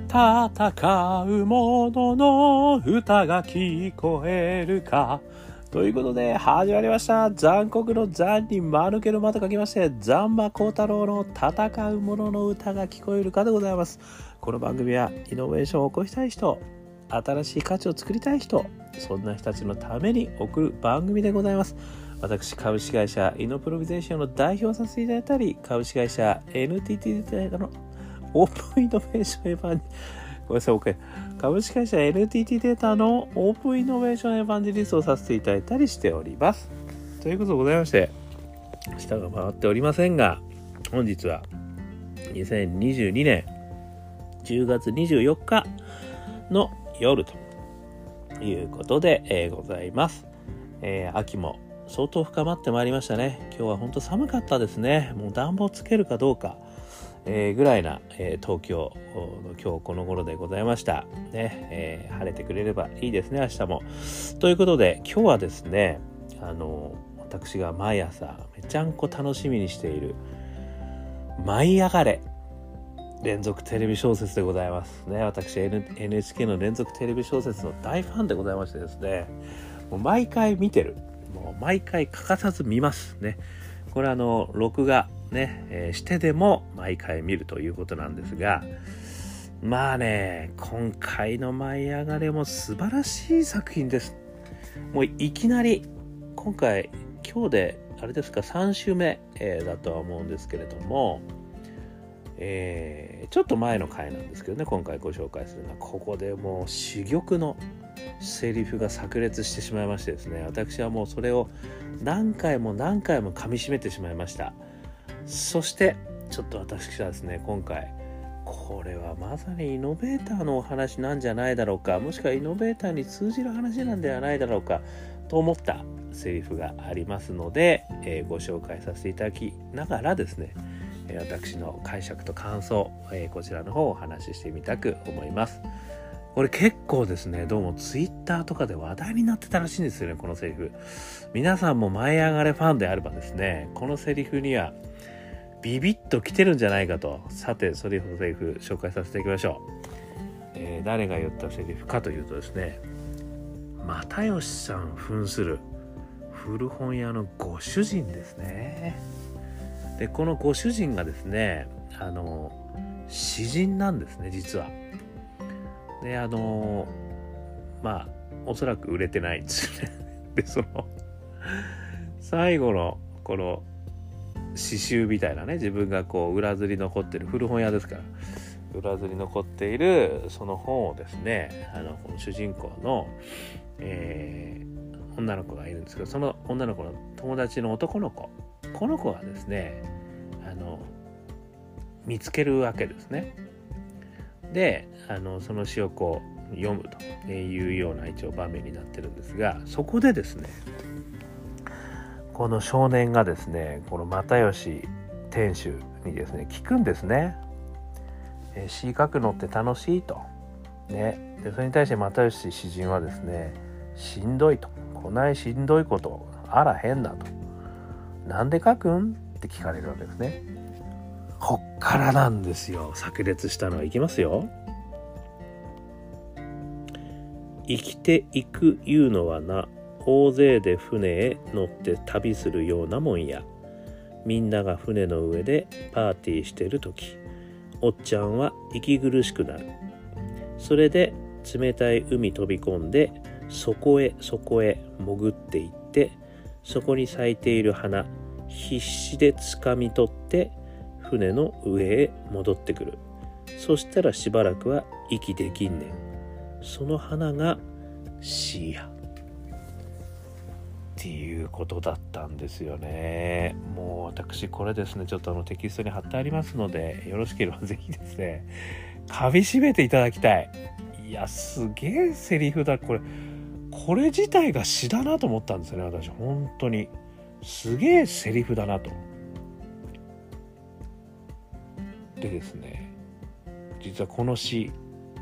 戦う者の歌が聞こえるか。ということで始まりました。残酷の残に間抜けの間と書きまして、残馬高太郎の戦う者の歌が聞こえるかでございます。この番組はイノベーションを起こしたい人、新しい価値を作りたい人、そんな人たちのために送る番組でございます。私、株式会社イノプロビゼーションの代表をさせていただいたり、株式会社 NTT データのオープンイノベーションエヴァンごめんなさい、OK。株式会社 NTT データのオープンイノベーションエヴァンジェリストをさせていただいたりしております。ということでございまして、下が回っておりませんが、本日は2022年10月24日の夜ということで、ございます。秋も相当深まってまいりましたね。今日は本当寒かったですね。もう暖房つけるかどうか。ぐらいな、東京の今日この頃でございましたね。晴れてくれればいいですね、明日も。ということで今日はですね、私が毎朝めちゃんこ楽しみにしている舞い上がれ連続テレビ小説でございますね。私 NHK の連続テレビ小説の大ファンでございましてですね、もう毎回見てる、もう毎回欠かさず見ますね。これ録画ね、してでも毎回見るということなんですが、まあね、今回の舞い上がれも素晴らしい作品です。もういきなり今日であれですか、3週目、だとは思うんですけれども、ちょっと前の回なんですけどね、今回ご紹介するのはここでもう珠玉のセリフが炸裂してしまいましてですね、私はもうそれを何回も噛み締めてしまいました。そしてちょっと私はですね、今回これはまさにイノベーターのお話なんじゃないだろうか、もしくはイノベーターに通じる話なんではないだろうかと思ったセリフがありますので、ご紹介させていただきながらですね、私の解釈と感想、こちらの方をお話ししてみたく思います。これ結構ですね、どうもツイッターとかで話題になってたらしいんですよね、このセリフ。皆さんも舞い上がれファンであればですね、このセリフにはビビッと来てるんじゃないかと。さて、それのセリフ紹介させていきましょう。誰が言ったセリフかというとですね、又吉さん扮する古本屋のご主人ですね。で、このご主人がですね、詩人なんですね、実は。で、おそらく売れてないんですよね。で、その最後のこの詩集みたいなね、自分がこう裏刷り残ってる、古本屋ですから裏刷り残っているその本をですね、この主人公の、女の子がいるんですけど、その女の子の友達の男の子、この子がですね、見つけるわけですね。で、その詩をこう読むというような一応場面になってるんですが、そこでですね、この少年がですね、この又吉店主にですね聞くんですね。詩書くのって楽しいとね。で、それに対して又吉詩人はですね、しんどいと、こないしんどいことあらへんなと、なんで書くんって聞かれるわけですね。こっからなんですよ、炸裂したのは。いきますよ。生きていくいうのはな、大勢で船へ乗って旅するようなもんや。みんなが船の上でパーティーしてるとき、おっちゃんは息苦しくなる。それで冷たい海飛び込んで、そこへ潜っていって、そこに咲いている花必死で掴み取って船の上へ戻ってくる。そしたらしばらくは息できんねん。その花が詩やっていうことだったんですよね。もう私これですね、ちょっとテキストに貼ってありますので、よろしければぜひですね噛み締めていただきたい。いや、すげえセリフだ。これ自体が詩だなと思ったんですよね、私。本当にすげえセリフだなと。でですね、実はこの詩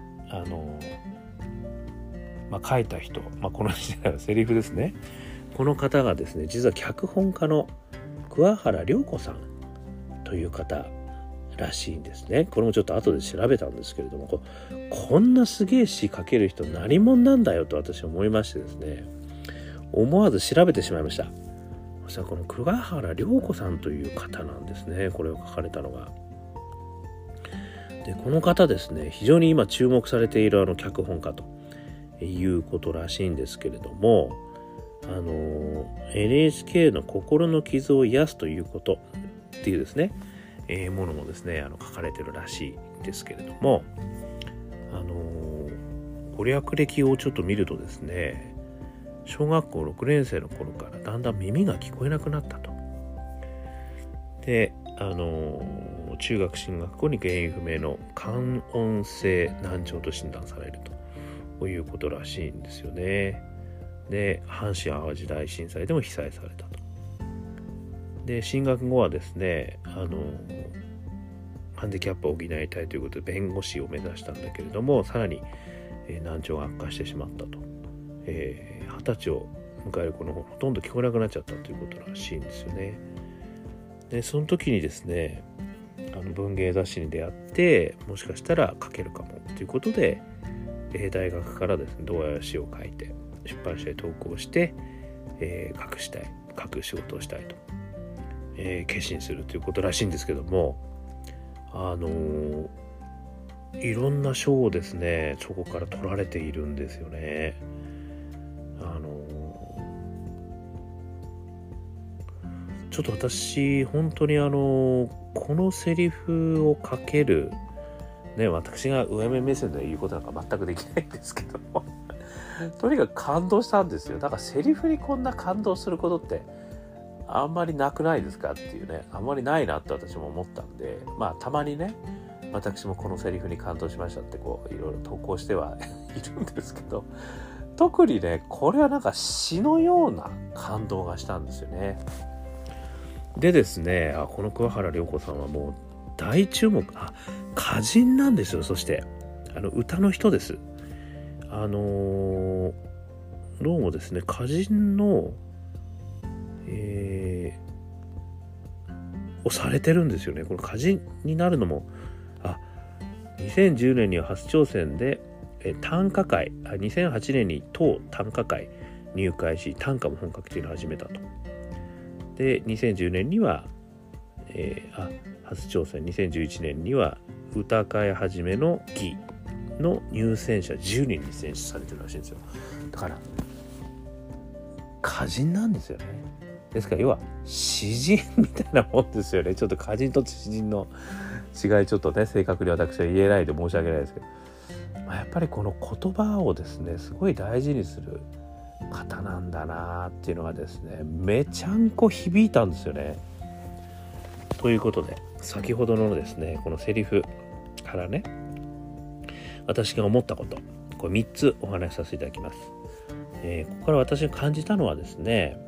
書いた人、この詩のセリフですね、この方がですね、実は脚本家の桑原良子さんという方らしいんですね。これもちょっと後で調べたんですけれども、こんなすげえ詩書ける人何者なんだよと私は思いましてですね、思わず調べてしまいました。そしたらこの桑原良子さんという方なんですね、これを書かれたのが。でこの方ですね、非常に今注目されている脚本家ということらしいんですけれども、NHK の心の傷を癒すということっていうですね、ものもですね書かれてるらしいんですけれども、ご略歴をちょっと見るとですね、小学校6年生の頃からだんだん耳が聞こえなくなったと。で中学進学後に原因不明の感音性難聴と診断されるということらしいんですよね。で阪神淡路大震災でも被災されたと。で進学後はですねハンディキャップを補いたいということで弁護士を目指したんだけれども、さらに、難聴が悪化してしまったと。20歳を迎える頃ほとんど聞こえなくなっちゃったということらしいんですよね。でその時にですね文芸雑誌に出会って、もしかしたら書けるかもということで、大学からですね童話や詩を書いて出版社へ投稿して、書く仕事をしたいと、決心するということらしいんですけども、いろんな賞をですねそこから取られているんですよね。ちょっと私本当にこのセリフを書けるね、私が上目目線で言うことなんか全くできないんですけどもとにかく感動したんですよ。だからセリフにこんな感動することってあんまりなくないですかっていうね、あんまりないなって私も思ったんで、たまにね私もこのセリフに感動しましたっていろいろ投稿してはいるんですけど、特にねこれはなんか詩のような感動がしたんですよね。でですね、この桑原良子さんはもう大注目、歌人なんですよ。そして歌の人です。どうもですね歌人のをされてるんですよね。この歌人になるのも2010年には初挑戦で短歌会、2008年に当短歌会入会し、短歌も本格的に始めたと。で2010年には、初挑戦、2011年には歌会はじめの儀の入選者10人に選出されてるらしいんですよ。だから歌人なんですよね。ですから要は詩人みたいなもんですよね。ちょっと歌人と詩人の違いちょっとね正確に私は言えないで申し訳ないですけど、やっぱりこの言葉をですねすごい大事にする方なんだなっていうのがですねめちゃんこ響いたんですよね。ということで先ほどのですねこのセリフからね私が思ったこと、これ3つお話しさせていただきます。ここから私が感じたのはですね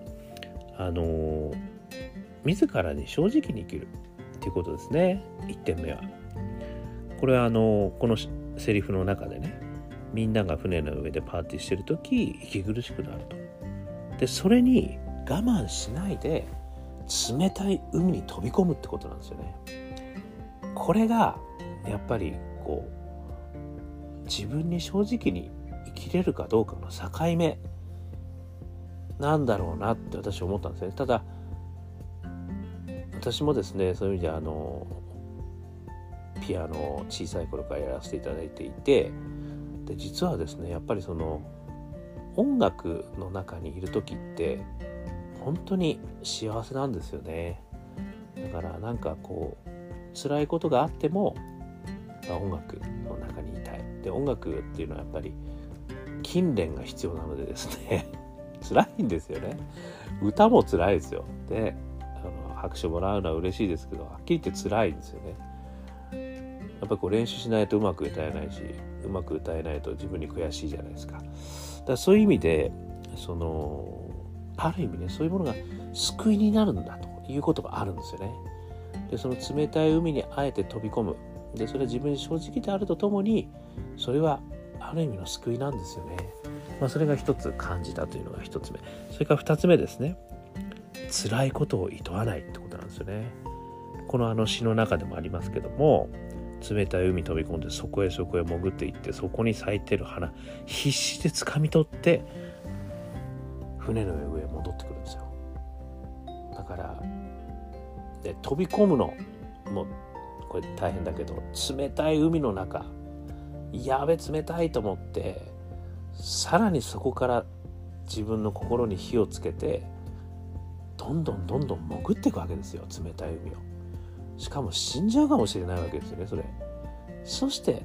自らに正直に生きるっていうことですね。1点目はこれはこのセリフの中でね、みんなが船の上でパーティーしてるとき息苦しくなると。でそれに我慢しないで冷たい海に飛び込むってことなんですよね。これがやっぱり自分に正直に生きれるかどうかの境目なんだろうなって私は思ったんですね。ただ私もですねそういう意味でピアノを小さい頃からやらせていただいていて、で実はですねやっぱりその音楽の中にいる時って本当に幸せなんですよね。だからなんか辛いことがあっても音楽の中にいたい。で音楽っていうのはやっぱり勤練が必要なのでですね辛いんですよね。歌も辛いですよ。で拍手もらうのは嬉しいですけど、はっきり言って辛いんですよね。やっぱり練習しないとうまく歌えないし、うまく歌えないと自分に悔しいじゃないですか。だからそういう意味である意味ねそういうものが救いになるんだということがあるんですよね。でその冷たい海にあえて飛び込む。でそれは自分に正直であるとともにそれはある意味の救いなんですよね。それが一つ感じたというのが一つ目。それから二つ目ですね、辛いことを厭わないってことなんですよね。 この詩の中でもありますけども、冷たい海飛び込んでそこへ潜っていって、そこに咲いてる花必死で掴み取って船の上へ戻ってくるんですよ。だからで飛び込むのもこれ大変だけど、冷たい海の中、やべ冷たいと思って、さらにそこから自分の心に火をつけてどんどん潜っていくわけですよ、冷たい海を。しかも死んじゃうかもしれないわけですよね、それ。そして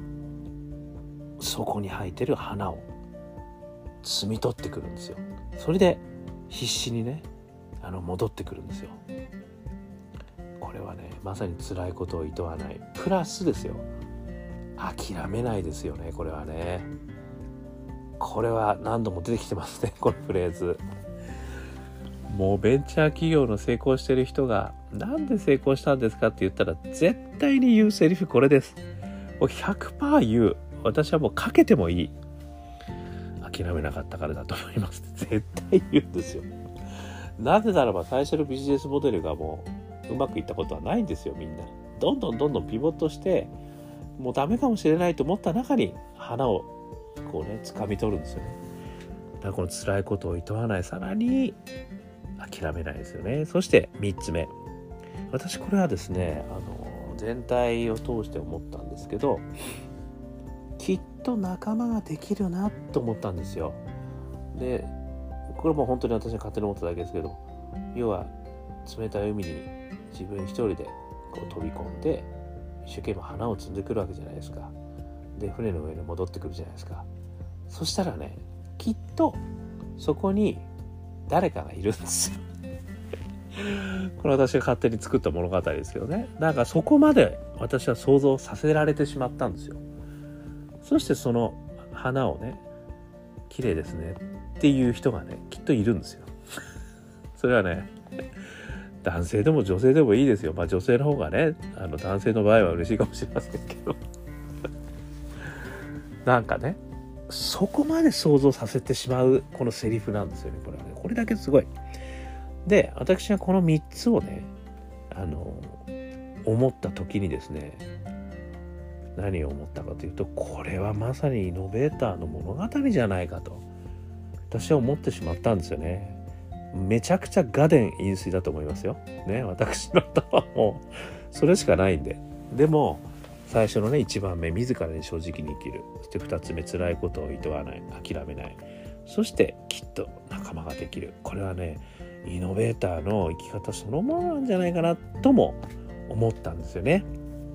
そこに生えてる花を摘み取ってくるんですよ。それで必死にね戻ってくるんですよ。これはね、まさに辛いことを厭わないプラスですよ、諦めないですよね。これはね、これは何度も出てきてますね、このフレーズ。もうベンチャー企業の成功してる人がなんで成功したんですかって言ったら絶対に言うセリフこれです。もう 100% 言う。私はもうかけてもいい。諦めなかったからだと思います。絶対言うんですよ。なぜならば最初のビジネスモデルがもううまくいったことはないんですよ。みんなどんどんピボットしてもうダメかもしれないと思った中に花をこうね掴み取るんですよね。だからこの辛いことを厭わない、さらに諦めないですよね。そして3つ目、私これはですね全体を通して思ったんですけど、きっと仲間ができるなと思ったんですよ。でこれも本当に私が勝手に思っただけですけど、要は冷たい海に自分一人でこう飛び込んで一生懸命花を摘んでくるわけじゃないですか。で船の上に戻ってくるじゃないですか。そしたらね、きっとそこに誰かがいるんですよ。これ私が勝手に作った物語ですけどね。なんかそこまで私は想像させられてしまったんですよ。そしてその花をね、綺麗ですねっていう人がね、きっといるんですよ。それはね、男性でも女性でもいいですよ。まあ女性の方がね、男性の場合は嬉しいかもしれませんけど。なんかね、そこまで想像させてしまうこのセリフなんですよね。これはね、これだけすごい。で、私はこの3つをね、思った時にですね、何を思ったかというと、これはまさにイノベーターの物語じゃないかと私は思ってしまったんですよね。めちゃくちゃ雅伝飲水だと思いますよね。私の頭はもうそれしかないんで。でも最初のね、1番目、自らに正直に生きる。そして2つ目、辛いことを厭わない、諦めない。そしてきっと仲間ができる。これはね、イノベーターの生き方そのものなんじゃないかなとも思ったんですよね。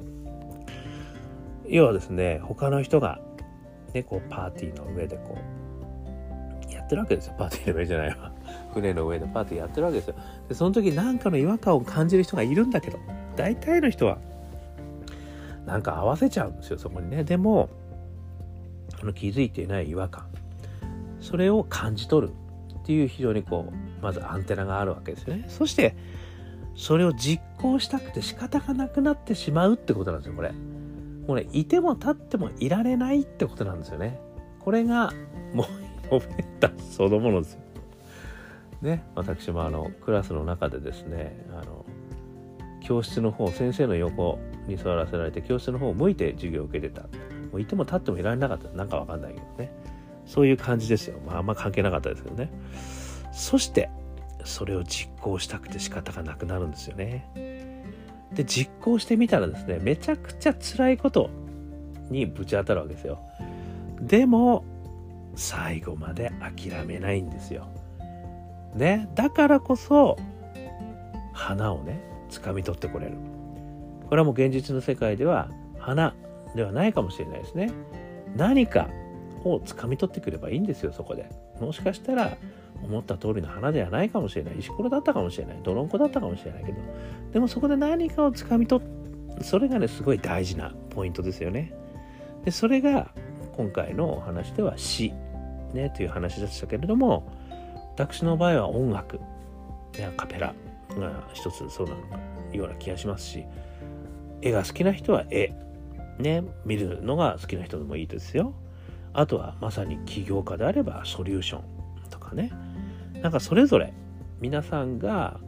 要はですね、他の人が、ね、こうパーティーの上でこうやってるわけですよ。パーティーの上じゃないわ。船の上でパーティーやってるわけですよ。でその時何かの違和感を感じる人がいるんだけど、大体の人はなんか合わせちゃうんですよ、そこにね。でも気づいていない違和感、それを感じ取るっていう非常にこうまずアンテナがあるわけですよね。そしてそれを実行したくて仕方がなくなってしまうってことなんですよ。これもうね、いても立ってもいられないってことなんですよね。これがもうイノベーターそのものですよね。私もクラスの中でですね、教室の方、先生の横に座らせられて教室の方を向いて授業を受けてた。もういても立ってもいられなかった。なんかわかんないけどね、そういう感じですよ。あんま関係なかったですけどね。そしてそれを実行したくて仕方がなくなるんですよね。で実行してみたらですね、めちゃくちゃ辛いことにぶち当たるわけですよ。でも最後まで諦めないんですよね。だからこそ花をね掴み取ってこれる。これはもう現実の世界では花ではないかもしれないですね。何かを掴み取ってくればいいんですよ。そこでもしかしたら思った通りの花ではないかもしれない、石ころだったかもしれない、泥んこだったかもしれないけど、でもそこで何かを掴み取っ、それがねすごい大事なポイントですよね。でそれが今回のお話では詩ねという話でしたけれども、私の場合は音楽やカペラが一つそうなのかような気がしますし、絵が好きな人は絵ね見るのが好きな人でもいいですよ。あとはまさに起業家であればソリューションとかね、なんかそれぞれ皆さんが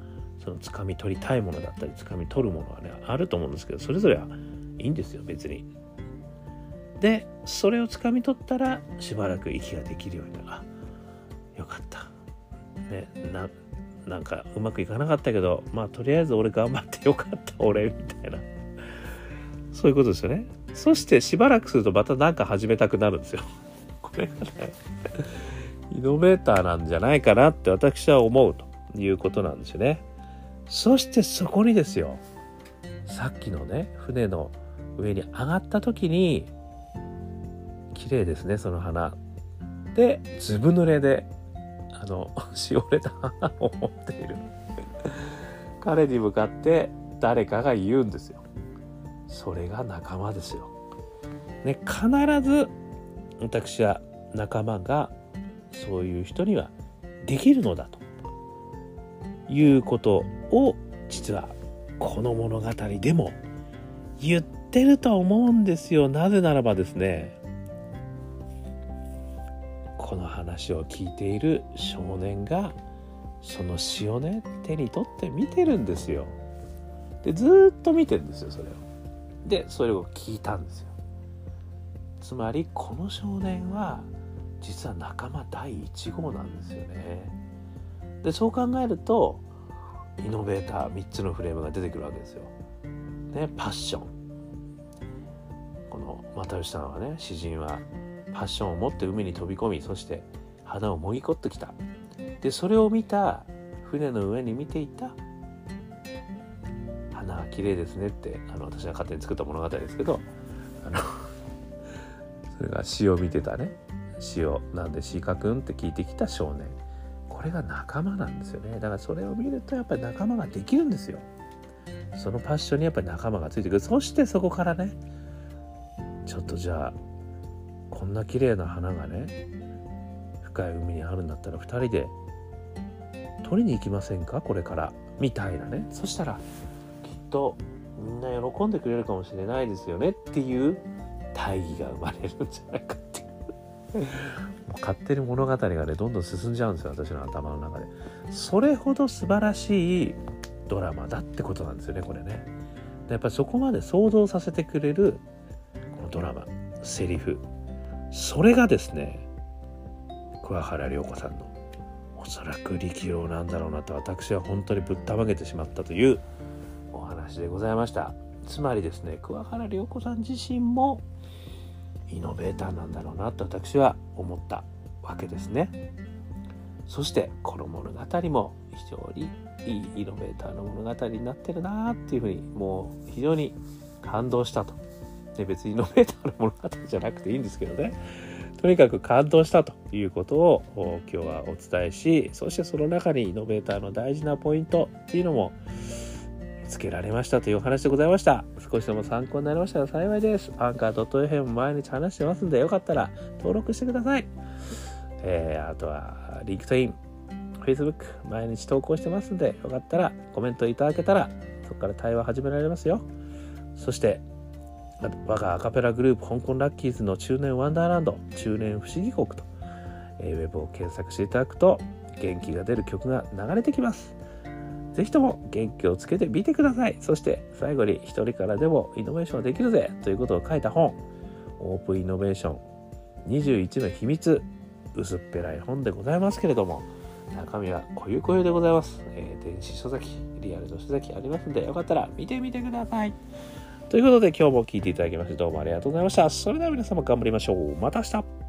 その掴み取りたいものだったり掴み取るものはねあると思うんですけど、それぞれはいいんですよ別に。でそれを掴み取ったらしばらく息ができるようになる。よかった、ね、なんかうまくいかなかったけど、まあとりあえず俺頑張ってよかった俺みたいな、そういうことですよね。そしてしばらくするとまた何か始めたくなるんですよ。これがねイノベーターなんじゃないかなって私は思うということなんですよね。そしてそこにですよ、さっきのね船の上に上がった時に綺麗ですねその花で、ずぶ濡れでしおれた花を持っている彼に向かって誰かが言うんですよ。それが仲間ですよ、ね、必ず私は仲間がそういう人にはできるのだということを実はこの物語でも言ってると思うんですよ。なぜならばですね、この話を聞いている少年がその詩をね手に取って見てるんですよ。でずっと見てるんですよそれを。でそれを聞いたんですよ。つまりこの少年は実は仲間第1号なんですよね。でそう考えるとイノベーター3つのフレームが出てくるわけですよ、ね、パッション。この又吉さんはね、詩人はパッションを持って海に飛び込み、そして花をもぎ取ってきた。でそれを見た船の上に見ていた花は綺麗ですねって私が勝手に作った物語ですけど、それが詩を見てたね、詩をなんで詩書くんって聞いてきた少年、これが仲間なんですよね。だからそれを見るとやっぱり仲間ができるんですよ。そのパッションにやっぱり仲間がついてくる。そしてそこからね、ちょっとじゃあこんな綺麗な花がね深い海にあるんだったら2人で取りに行きませんかこれからみたいなね。そしたらきっとみんな喜んでくれるかもしれないですよねっていう大義が生まれるんじゃないかっていうもう勝手に物語がねどんどん進んじゃうんですよ私の頭の中で。それほど素晴らしいドラマだってことなんですよねこれね。やっぱりそこまで想像させてくれるこのドラマ、セリフ、それがですね桑原涼子さんのおそらく力量なんだろうなと私は本当にぶったまげてしまったというお話でございました。つまりですね、桑原涼子さん自身もイノベーターなんだろうなと私は思ったわけですね。そしてこの物語も非常にいいイノベーターの物語になってるなっていうふうにもう非常に感動したと。で別にイノベーターの物語じゃなくていいんですけどね、とにかく感動したということを今日はお伝えし、そしてその中にイノベーターの大事なポイントっていうのも見つけられましたというお話でございました。少しでも参考になりましたら幸いです。アンカー .fm 毎日話してますんでよかったら登録してください。あとはLinkedIn、Facebook 毎日投稿してますんでよかったらコメントいただけたらそこから対話始められますよ。そして我がアカペラグループ香港ラッキーズの中年ワンダーランド中年不思議国と、ウェブを検索していただくと元気が出る曲が流れてきます。ぜひとも元気をつけてみてください。そして最後に一人からでもイノベーションできるぜということを書いた本、オープンイノベーション21の秘密、薄っぺらい本でございますけれども中身はこゆこゆでございます。電子書籍、リアルの書籍ありますのでよかったら見てみてください。ということで今日も聞いていただきましてどうもありがとうございました。それでは皆様頑張りましょう。また明日。